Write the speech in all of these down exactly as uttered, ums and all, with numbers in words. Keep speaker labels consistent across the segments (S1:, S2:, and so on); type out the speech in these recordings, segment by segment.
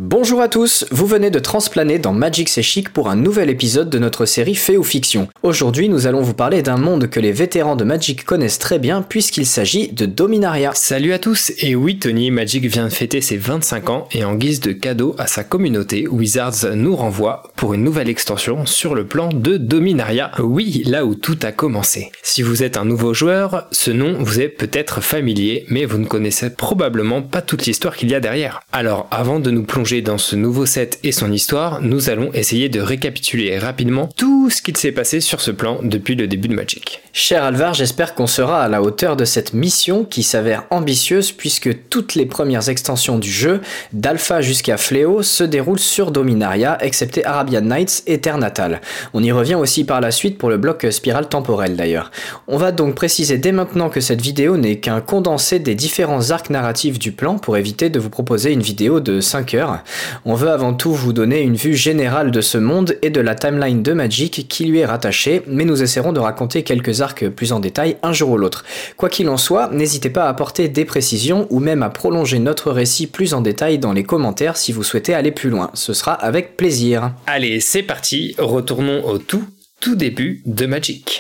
S1: Bonjour à tous, vous venez de transplaner dans Magic C'est Chic pour un nouvel épisode de notre série Fait ou Fiction. Aujourd'hui, nous allons vous parler d'un monde que les vétérans de Magic connaissent très bien puisqu'il s'agit de Dominaria.
S2: Salut à tous, et oui Tony, Magic vient de fêter ses vingt-cinq ans et en guise de cadeau à sa communauté, Wizards nous renvoie pour une nouvelle extension sur le plan de Dominaria. Oui, là où tout a commencé. Si vous êtes un nouveau joueur, ce nom vous est peut-être familier, mais vous ne connaissez probablement pas toute l'histoire qu'il y a derrière. Alors, avant de nous plonger dans ce nouveau set et son histoire, nous allons essayer de récapituler rapidement tout ce qu'il s'est passé sur ce plan depuis le début de Magic.
S1: Cher Alvar, j'espère qu'on sera à la hauteur de cette mission qui s'avère ambitieuse puisque toutes les premières extensions du jeu, d'Alpha jusqu'à Fléau, se déroulent sur Dominaria, excepté Arabian Nights et Terre Natale. On y revient aussi par la suite pour le bloc spirale temporelle d'ailleurs. On va donc préciser dès maintenant que cette vidéo n'est qu'un condensé des différents arcs narratifs du plan pour éviter de vous proposer une vidéo de cinq heures. On veut avant tout vous donner une vue générale de ce monde et de la timeline de Magic qui lui est rattachée, mais nous essaierons de raconter quelques arcs plus en détail un jour ou l'autre. Quoi qu'il en soit, n'hésitez pas à apporter des précisions ou même à prolonger notre récit plus en détail dans les commentaires si vous souhaitez aller plus loin. Ce sera avec plaisir.
S2: Allez, c'est parti, retournons au tout, tout début de Magic.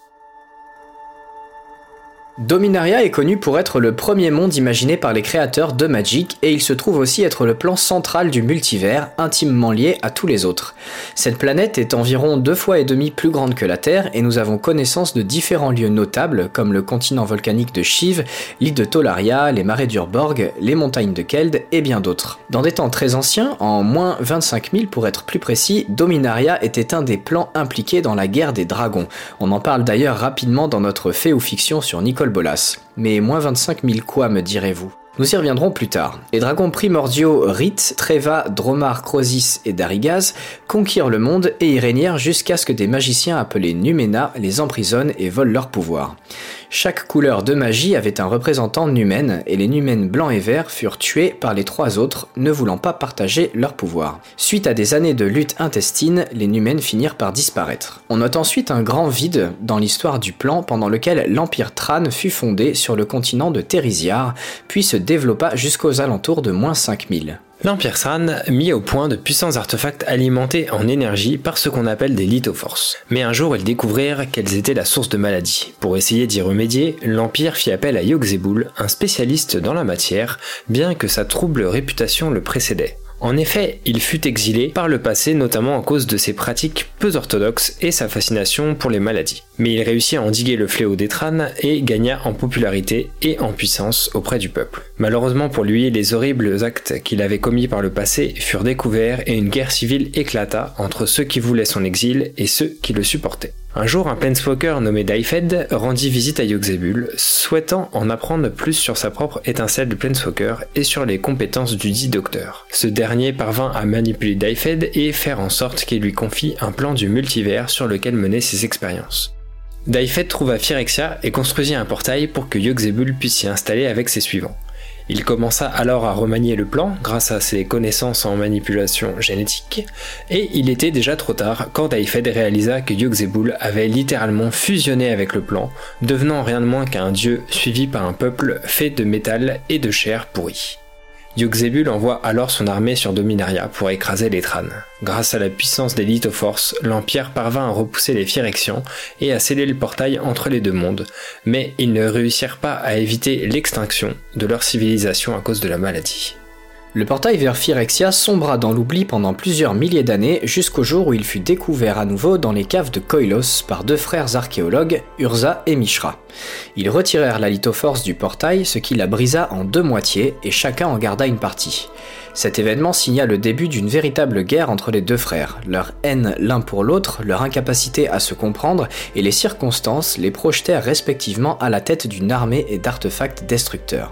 S1: Dominaria est connu pour être le premier monde imaginé par les créateurs de Magic et il se trouve aussi être le plan central du multivers, intimement lié à tous les autres. Cette planète est environ deux fois et demi plus grande que la Terre et nous avons connaissance de différents lieux notables comme le continent volcanique de Shiv, l'île de Tolaria, les marais d'Urborg, les montagnes de Keld et bien d'autres. Dans des temps très anciens, en moins vingt-cinq mille pour être plus précis, Dominaria était un des plans impliqués dans la guerre des dragons. On en parle d'ailleurs rapidement dans notre Fait ou Fiction sur Nicole Bolas. Mais moins vingt-cinq mille quoi, me direz-vous? Nous y reviendrons plus tard. Les dragons primordiaux Rith, Treva, Dromar, Crosis et Darigaz conquirent le monde et y régnèrent jusqu'à ce que des magiciens appelés Numena les emprisonnent et volent leur pouvoir. Chaque couleur de magie avait un représentant Numen et les Numens blancs et verts furent tués par les trois autres, ne voulant pas partager leur pouvoir. Suite à des années de lutte intestine, les Numens finirent par disparaître. On note ensuite un grand vide dans l'histoire du plan pendant lequel l'Empire Tran fut fondé sur le continent de Thérysiar, puis se développa jusqu'aux alentours de moins cinq mille.
S2: L'Empire Tran mit au point de puissants artefacts alimentés en énergie par ce qu'on appelle des lithoforces. Mais un jour, ils découvrirent qu'elles étaient la source de maladies. Pour essayer d'y remédier, l'Empire fit appel à Yogg-Saibul, un spécialiste dans la matière, bien que sa trouble réputation le précédait. En effet, il fut exilé par le passé notamment à cause de ses pratiques peu orthodoxes et sa fascination pour les maladies. Mais il réussit à endiguer le fléau des Tran et gagna en popularité et en puissance auprès du peuple. Malheureusement pour lui, les horribles actes qu'il avait commis par le passé furent découverts et une guerre civile éclata entre ceux qui voulaient son exil et ceux qui le supportaient. Un jour, un planeswalker nommé Daifed rendit visite à Yogg-Saibul, souhaitant en apprendre plus sur sa propre étincelle de planeswalker et sur les compétences du dit docteur. Ce dernier parvint à manipuler Daifed et faire en sorte qu'il lui confie un plan du multivers sur lequel mener ses expériences. Daifed trouva Phyrexia et construisit un portail pour que Yogg-Saibul puisse s'y installer avec ses suivants. Il commença alors à remanier le plan grâce à ses connaissances en manipulation génétique, et il était déjà trop tard quand Daifed réalisa que Yogg-Saibul avait littéralement fusionné avec le plan, devenant rien de moins qu'un dieu suivi par un peuple fait de métal et de chair pourrie. Yogg-Saibul envoie alors son armée sur Dominaria pour écraser les Tran. Grâce à la puissance des lithoforces, l'Empire parvint à repousser les Phyrexians et à sceller le portail entre les deux mondes, mais ils ne réussirent pas à éviter l'extinction de leur civilisation à cause de la maladie.
S1: Le portail vers Phyrexia sombra dans l'oubli pendant plusieurs milliers d'années jusqu'au jour où il fut découvert à nouveau dans les caves de Koilos par deux frères archéologues, Urza et Mishra. Ils retirèrent la lithoforce du portail, ce qui la brisa en deux moitiés et chacun en garda une partie. Cet événement signa le début d'une véritable guerre entre les deux frères. Leur haine l'un pour l'autre, leur incapacité à se comprendre et les circonstances les projetèrent respectivement à la tête d'une armée et d'artefacts destructeurs.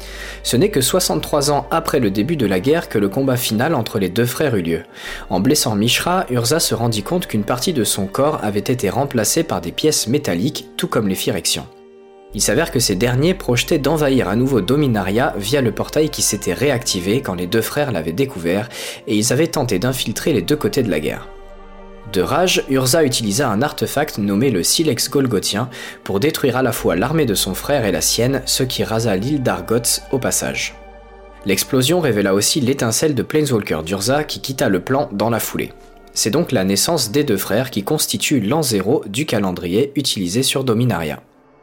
S1: Ce n'est que soixante-trois ans après le début de la guerre que le combat final entre les deux frères eut lieu. En blessant Mishra, Urza se rendit compte qu'une partie de son corps avait été remplacée par des pièces métalliques, tout comme les Phyrexians. Il s'avère que ces derniers projetaient d'envahir à nouveau Dominaria via le portail qui s'était réactivé quand les deux frères l'avaient découvert, et ils avaient tenté d'infiltrer les deux côtés de la guerre. De rage, Urza utilisa un artefact nommé le Silex Golgothien pour détruire à la fois l'armée de son frère et la sienne, ce qui rasa l'île d'Argoth au passage. L'explosion révéla aussi l'étincelle de Planeswalker d'Urza qui quitta le plan dans la foulée. C'est donc la naissance des deux frères qui constituent l'an zéro du calendrier utilisé sur Dominaria.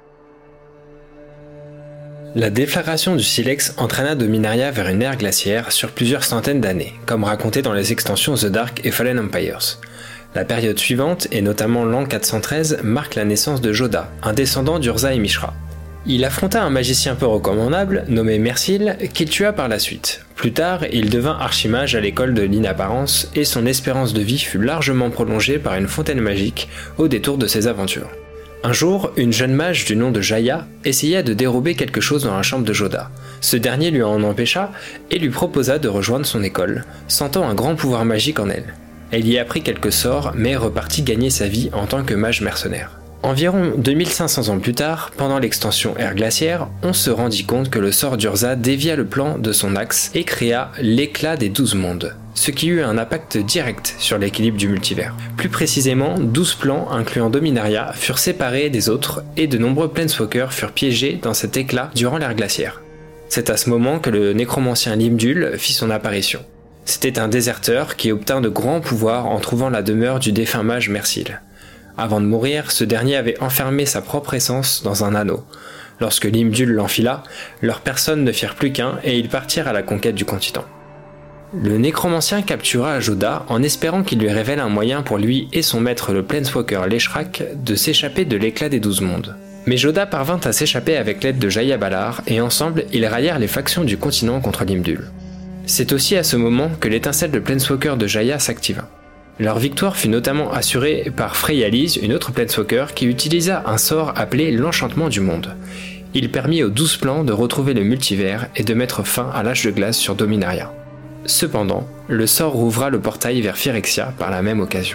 S2: La déflagration du silex entraîna Dominaria vers une ère glaciaire sur plusieurs centaines d'années, comme raconté dans les extensions The Dark et Fallen Empires. La période suivante, et notamment l'an quatre cent treize, marque la naissance de Joda, un descendant d'Urza et Mishra. Il affronta un magicien peu recommandable, nommé Mercil, qu'il tua par la suite. Plus tard, il devint archimage à l'école de l'inapparence, et son espérance de vie fut largement prolongée par une fontaine magique au détour de ses aventures. Un jour, une jeune mage du nom de Jaya essaya de dérober quelque chose dans la chambre de Joda. Ce dernier lui en empêcha et lui proposa de rejoindre son école, sentant un grand pouvoir magique en elle. Elle y apprit quelques sorts, mais repartit gagner sa vie en tant que mage mercenaire. Environ deux mille cinq cents ans plus tard, pendant l'extension ère glaciaire, on se rendit compte que le sort d'Urza dévia le plan de son axe et créa l'éclat des douze mondes, ce qui eut un impact direct sur l'équilibre du multivers. Plus précisément, douze plans, incluant Dominaria, furent séparés des autres et de nombreux Planeswalkers furent piégés dans cet éclat durant l'ère glaciaire. C'est à ce moment que le nécromancien Lim-Dûl fit son apparition. C'était un déserteur qui obtint de grands pouvoirs en trouvant la demeure du défunt mage Mercil. Avant de mourir, ce dernier avait enfermé sa propre essence dans un anneau. Lorsque Lim-Dûl l'enfila, leurs personnes ne firent plus qu'un et ils partirent à la conquête du continent. Le nécromancien captura Joda en espérant qu'il lui révèle un moyen pour lui et son maître le Planeswalker Leshrac de s'échapper de l'éclat des douze mondes. Mais Joda parvint à s'échapper avec l'aide de Jaya Ballard et ensemble ils rallièrent les factions du continent contre Lim-Dûl. C'est aussi à ce moment que l'étincelle de Planeswalker de Jaya s'activa. Leur victoire fut notamment assurée par Freyalise, une autre Planeswalker, qui utilisa un sort appelé l'Enchantement du Monde. Il permit aux douze plans de retrouver le multivers et de mettre fin à l'âge de glace sur Dominaria. Cependant, le sort rouvra le portail vers Phyrexia par la même occasion.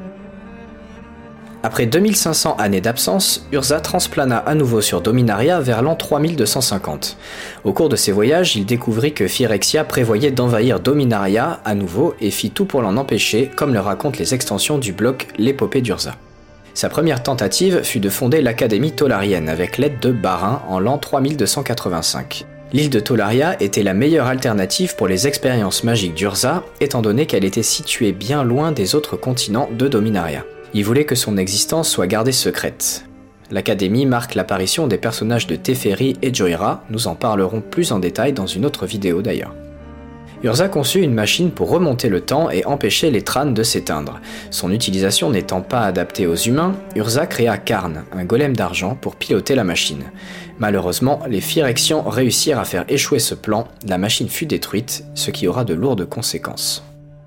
S1: Après deux mille cinq cents années d'absence, Urza transplana à nouveau sur Dominaria vers l'an trois mille deux cent cinquante. Au cours de ses voyages, il découvrit que Phyrexia prévoyait d'envahir Dominaria à nouveau et fit tout pour l'en empêcher, comme le racontent les extensions du bloc L'Épopée d'Urza. Sa première tentative fut de fonder l'Académie Tolarienne avec l'aide de Barin en l'an trois mille deux cent quatre-vingt-cinq. L'île de Tolaria était la meilleure alternative pour les expériences magiques d'Urza, étant donné qu'elle était située bien loin des autres continents de Dominaria. Il voulait que son existence soit gardée secrète. L'Académie marque l'apparition des personnages de Teferi et Jhoira, nous en parlerons plus en détail dans une autre vidéo d'ailleurs. Urza conçut une machine pour remonter le temps et empêcher les Tranes de s'éteindre. Son utilisation n'étant pas adaptée aux humains, Urza créa Karn, un golem d'argent, pour piloter la machine. Malheureusement, les Phyrexians réussirent à faire échouer ce plan, la machine fut détruite, ce qui aura de lourdes conséquences.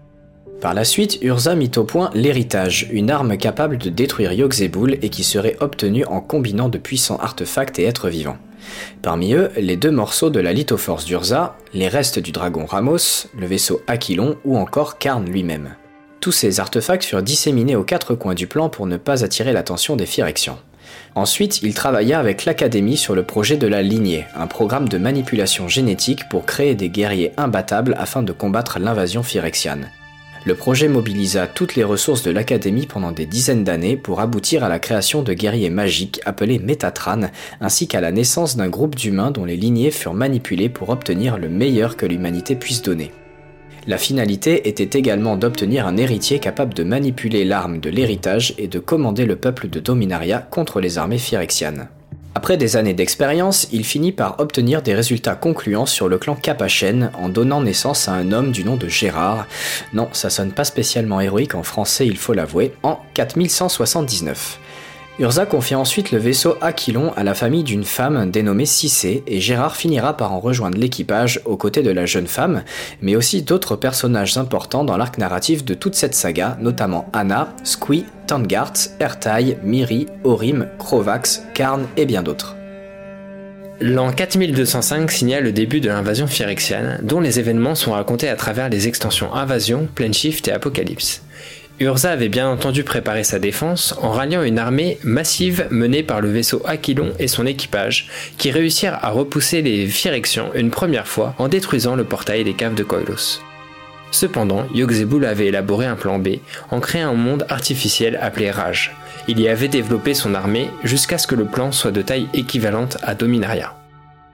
S1: Par la suite, Urza mit au point l'Héritage, une arme capable de détruire Yogg-Sagoth et qui serait obtenue en combinant de puissants artefacts et êtres vivants. Parmi eux, les deux morceaux de la lithoforce d'Urza, les restes du dragon Ramos, le vaisseau Aquilon ou encore Karn lui-même. Tous ces artefacts furent disséminés aux quatre coins du plan pour ne pas attirer l'attention des Phyrexians. Ensuite, il travailla avec l'Académie sur le projet de la Lignée, un programme de manipulation génétique pour créer des guerriers imbattables afin de combattre l'invasion phyrexiane. Le projet mobilisa toutes les ressources de l'Académie pendant des dizaines d'années pour aboutir à la création de guerriers magiques appelés Métatranes, ainsi qu'à la naissance d'un groupe d'humains dont les lignées furent manipulées pour obtenir le meilleur que l'humanité puisse donner. La finalité était également d'obtenir un héritier capable de manipuler l'arme de l'héritage et de commander le peuple de Dominaria contre les armées phyrexianes. Après des années d'expérience, il finit par obtenir des résultats concluants sur le clan Capachen en donnant naissance à un homme du nom de Gérard. Non, ça sonne pas spécialement héroïque en français, il faut l'avouer, en quatre mille cent soixante-dix-neuf. Urza confia ensuite le vaisseau Aquilon à la famille d'une femme dénommée Cissé et Gérard finira par en rejoindre l'équipage aux côtés de la jeune femme, mais aussi d'autres personnages importants dans l'arc narratif de toute cette saga, notamment Anna, Squee, Tangart, Ertai, Miri, Orim, Krovax, Karn et bien d'autres.
S2: L'an quatre mille deux cent cinq signale le début de l'invasion phyrexiane, dont les événements sont racontés à travers les extensions Invasion, Planeshift et Apocalypse. Urza avait bien entendu préparé sa défense en ralliant une armée massive menée par le vaisseau Aquilon et son équipage, qui réussirent à repousser les Phyrexians une première fois en détruisant le portail des caves de Koilos. Cependant, Yogg-Sagoth avait élaboré un plan B en créant un monde artificiel appelé Rage. Il y avait développé son armée jusqu'à ce que le plan soit de taille équivalente à Dominaria.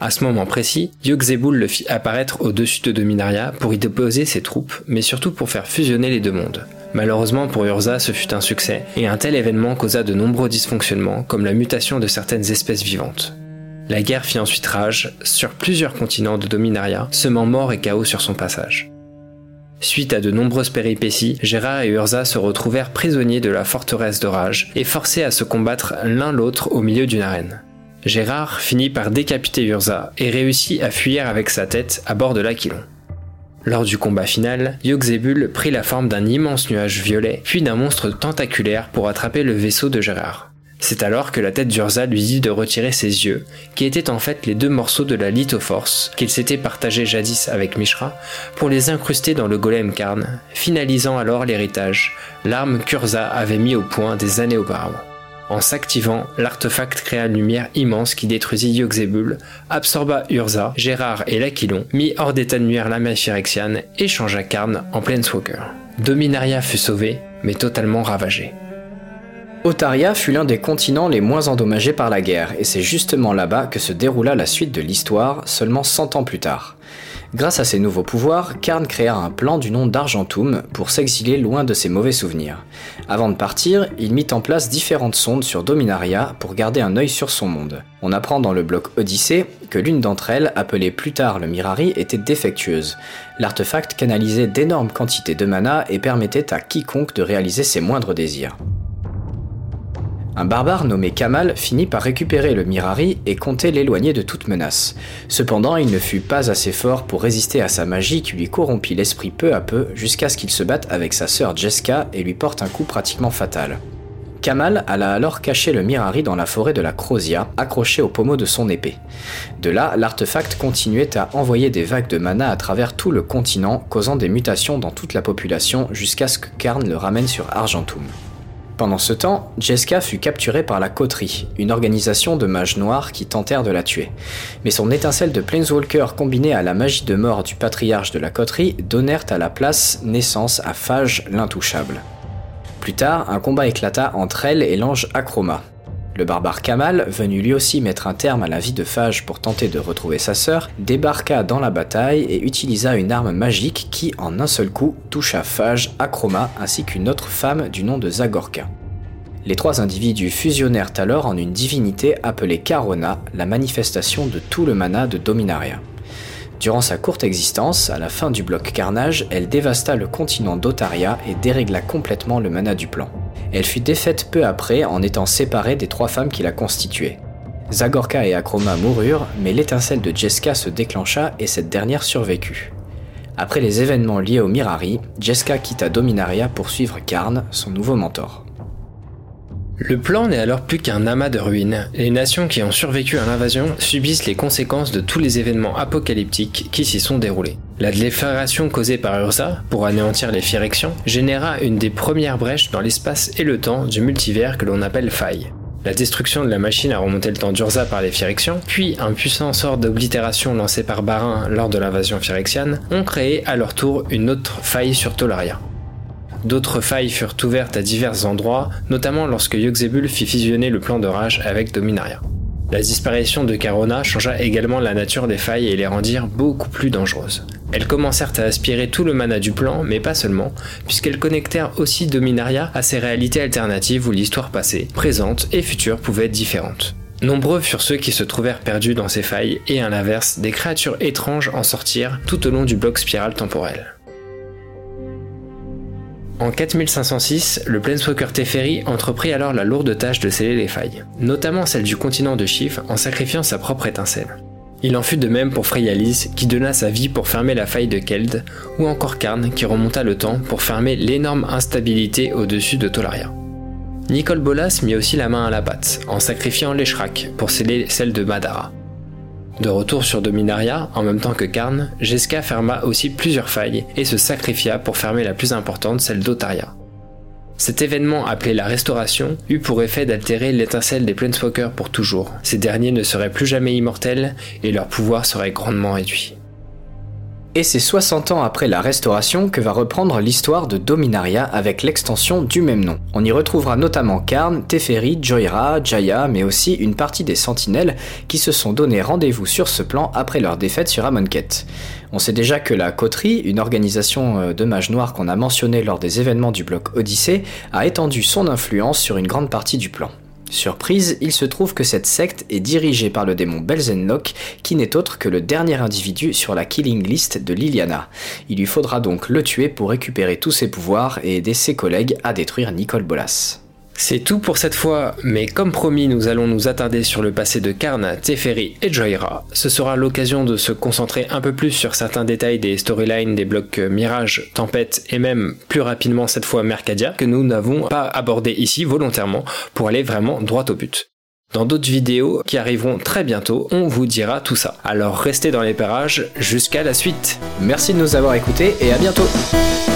S2: À ce moment précis, Yogg-Saibul le fit apparaître au-dessus de Dominaria pour y déposer ses troupes, mais surtout pour faire fusionner les deux mondes. Malheureusement pour Urza, ce fut un succès, et un tel événement causa de nombreux dysfonctionnements, comme la mutation de certaines espèces vivantes. La guerre fit ensuite rage sur plusieurs continents de Dominaria, semant mort et chaos sur son passage. Suite à de nombreuses péripéties, Gérard et Urza se retrouvèrent prisonniers de la forteresse de Rage et forcés à se combattre l'un l'autre au milieu d'une arène. Gérard finit par décapiter Urza et réussit à fuir avec sa tête à bord de l'Aquilon. Lors du combat final, Yogg-Saibul prit la forme d'un immense nuage violet, puis d'un monstre tentaculaire pour attraper le vaisseau de Gérard. C'est alors que la tête d'Urza lui dit de retirer ses yeux, qui étaient en fait les deux morceaux de la lithoforce qu'il s'était partagé jadis avec Mishra, pour les incruster dans le golem Karn, finalisant alors l'héritage, l'arme qu'Urza avait mis au point des années auparavant. En s'activant, l'artefact créa une lumière immense qui détruisit Yogg-Saibul, absorba Urza, Gérard et l'Aquilon, mit hors d'état de nuire la magie phyrexiane et changea Karn en Planeswalker. Dominaria fut sauvée, mais totalement ravagée.
S1: Otaria fut l'un des continents les moins endommagés par la guerre, et c'est justement là-bas que se déroula la suite de l'histoire, seulement cent ans plus tard. Grâce à ses nouveaux pouvoirs, Karn créa un plan du nom d'Argentum pour s'exiler loin de ses mauvais souvenirs. Avant de partir, il mit en place différentes sondes sur Dominaria pour garder un œil sur son monde. On apprend dans le bloc Odyssée que l'une d'entre elles, appelée plus tard le Mirari, était défectueuse. L'artefact canalisait d'énormes quantités de mana et permettait à quiconque de réaliser ses moindres désirs. Un barbare nommé Kamal finit par récupérer le Mirari et comptait l'éloigner de toute menace. Cependant, il ne fut pas assez fort pour résister à sa magie qui lui corrompit l'esprit peu à peu jusqu'à ce qu'il se batte avec sa sœur Jeska et lui porte un coup pratiquement fatal. Kamal alla alors cacher le Mirari dans la forêt de la Crozia, accroché au pommeau de son épée. De là, l'artefact continuait à envoyer des vagues de mana à travers tout le continent, causant des mutations dans toute la population jusqu'à ce que Karn le ramène sur Argentum. Pendant ce temps, Jeska fut capturée par la Coterie, une organisation de mages noirs qui tentèrent de la tuer. Mais son étincelle de Planeswalker combinée à la magie de mort du patriarche de la Coterie donnèrent à la place naissance à Phage l'Intouchable. Plus tard, un combat éclata entre elle et l'ange Akroma. Le barbare Kamal, venu lui aussi mettre un terme à la vie de Phage pour tenter de retrouver sa sœur, débarqua dans la bataille et utilisa une arme magique qui, en un seul coup, toucha Phage, Akroma ainsi qu'une autre femme du nom de Zagorka. Les trois individus fusionnèrent alors en une divinité appelée Karona, la manifestation de tout le mana de Dominaria. Durant sa courte existence, à la fin du bloc Carnage, elle dévasta le continent d'Otaria et dérégla complètement le mana du plan. Elle fut défaite peu après en étant séparée des trois femmes qui la constituaient. Zagorka et Akroma moururent, mais l'étincelle de Jeska se déclencha et cette dernière survécut. Après les événements liés au Mirari, Jeska quitta Dominaria pour suivre Karn, son nouveau mentor.
S2: Le plan n'est alors plus qu'un amas de ruines. Les nations qui ont survécu à l'invasion subissent les conséquences de tous les événements apocalyptiques qui s'y sont déroulés. La déflagration causée par Urza, pour anéantir les Phyrexians, généra une des premières brèches dans l'espace et le temps du multivers que l'on appelle faille. La destruction de la machine à remonter le temps d'Urza par les Phyrexians, puis un puissant sort d'oblitération lancé par Barin lors de l'invasion phyrexiane, ont créé à leur tour une autre faille sur Tolaria. D'autres failles furent ouvertes à divers endroits, notamment lorsque Yogg-Saibul fit fusionner le plan de Rage avec Dominaria. La disparition de Karona changea également la nature des failles et les rendirent beaucoup plus dangereuses. Elles commencèrent à aspirer tout le mana du plan, mais pas seulement, puisqu'elles connectèrent aussi Dominaria à ces réalités alternatives où l'histoire passée, présente et future pouvaient être différentes. Nombreux furent ceux qui se trouvèrent perdus dans ces failles, et à l'inverse, des créatures étranges en sortirent tout au long du bloc spiral temporel. En quatre mille cinq cent six, le Planeswalker Teferi entreprit alors la lourde tâche de sceller les failles, notamment celle du continent de Shiv en sacrifiant sa propre étincelle. Il en fut de même pour Freyalis qui donna sa vie pour fermer la faille de Keld, ou encore Karn qui remonta le temps pour fermer l'énorme instabilité au-dessus de Tolaria. Nicol Bolas mit aussi la main à la pâte, en sacrifiant l'Eshrak pour sceller celle de Madara. De retour sur Dominaria, en même temps que Karn, Jeska ferma aussi plusieurs failles et se sacrifia pour fermer la plus importante, celle d'Otaria. Cet événement, appelé la Restauration, eut pour effet d'altérer l'étincelle des Planeswalkers pour toujours. Ces derniers ne seraient plus jamais immortels et leur pouvoir serait grandement réduit.
S1: Et c'est soixante ans après la restauration que va reprendre l'histoire de Dominaria avec l'extension du même nom. On y retrouvera notamment Karn, Teferi, Jhoira, Jaya, mais aussi une partie des sentinelles qui se sont donné rendez-vous sur ce plan après leur défaite sur Amonkhet. On sait déjà que la Coterie, une organisation de mages noirs qu'on a mentionné lors des événements du bloc Odyssée, a étendu son influence sur une grande partie du plan. Surprise, il se trouve que cette secte est dirigée par le démon Belzenlok, qui n'est autre que le dernier individu sur la killing list de Liliana. Il lui faudra donc le tuer pour récupérer tous ses pouvoirs et aider ses collègues à détruire Nicol Bolas.
S2: C'est tout pour cette fois, mais comme promis, nous allons nous attarder sur le passé de Karn, Teferi et Jhoira. Ce sera l'occasion de se concentrer un peu plus sur certains détails des storylines des blocs Mirage, Tempête et même plus rapidement cette fois Mercadia, que nous n'avons pas abordé ici volontairement pour aller vraiment droit au but. Dans d'autres vidéos qui arriveront très bientôt, on vous dira tout ça. Alors restez dans les parages jusqu'à la suite.
S1: Merci de nous avoir écoutés et à bientôt.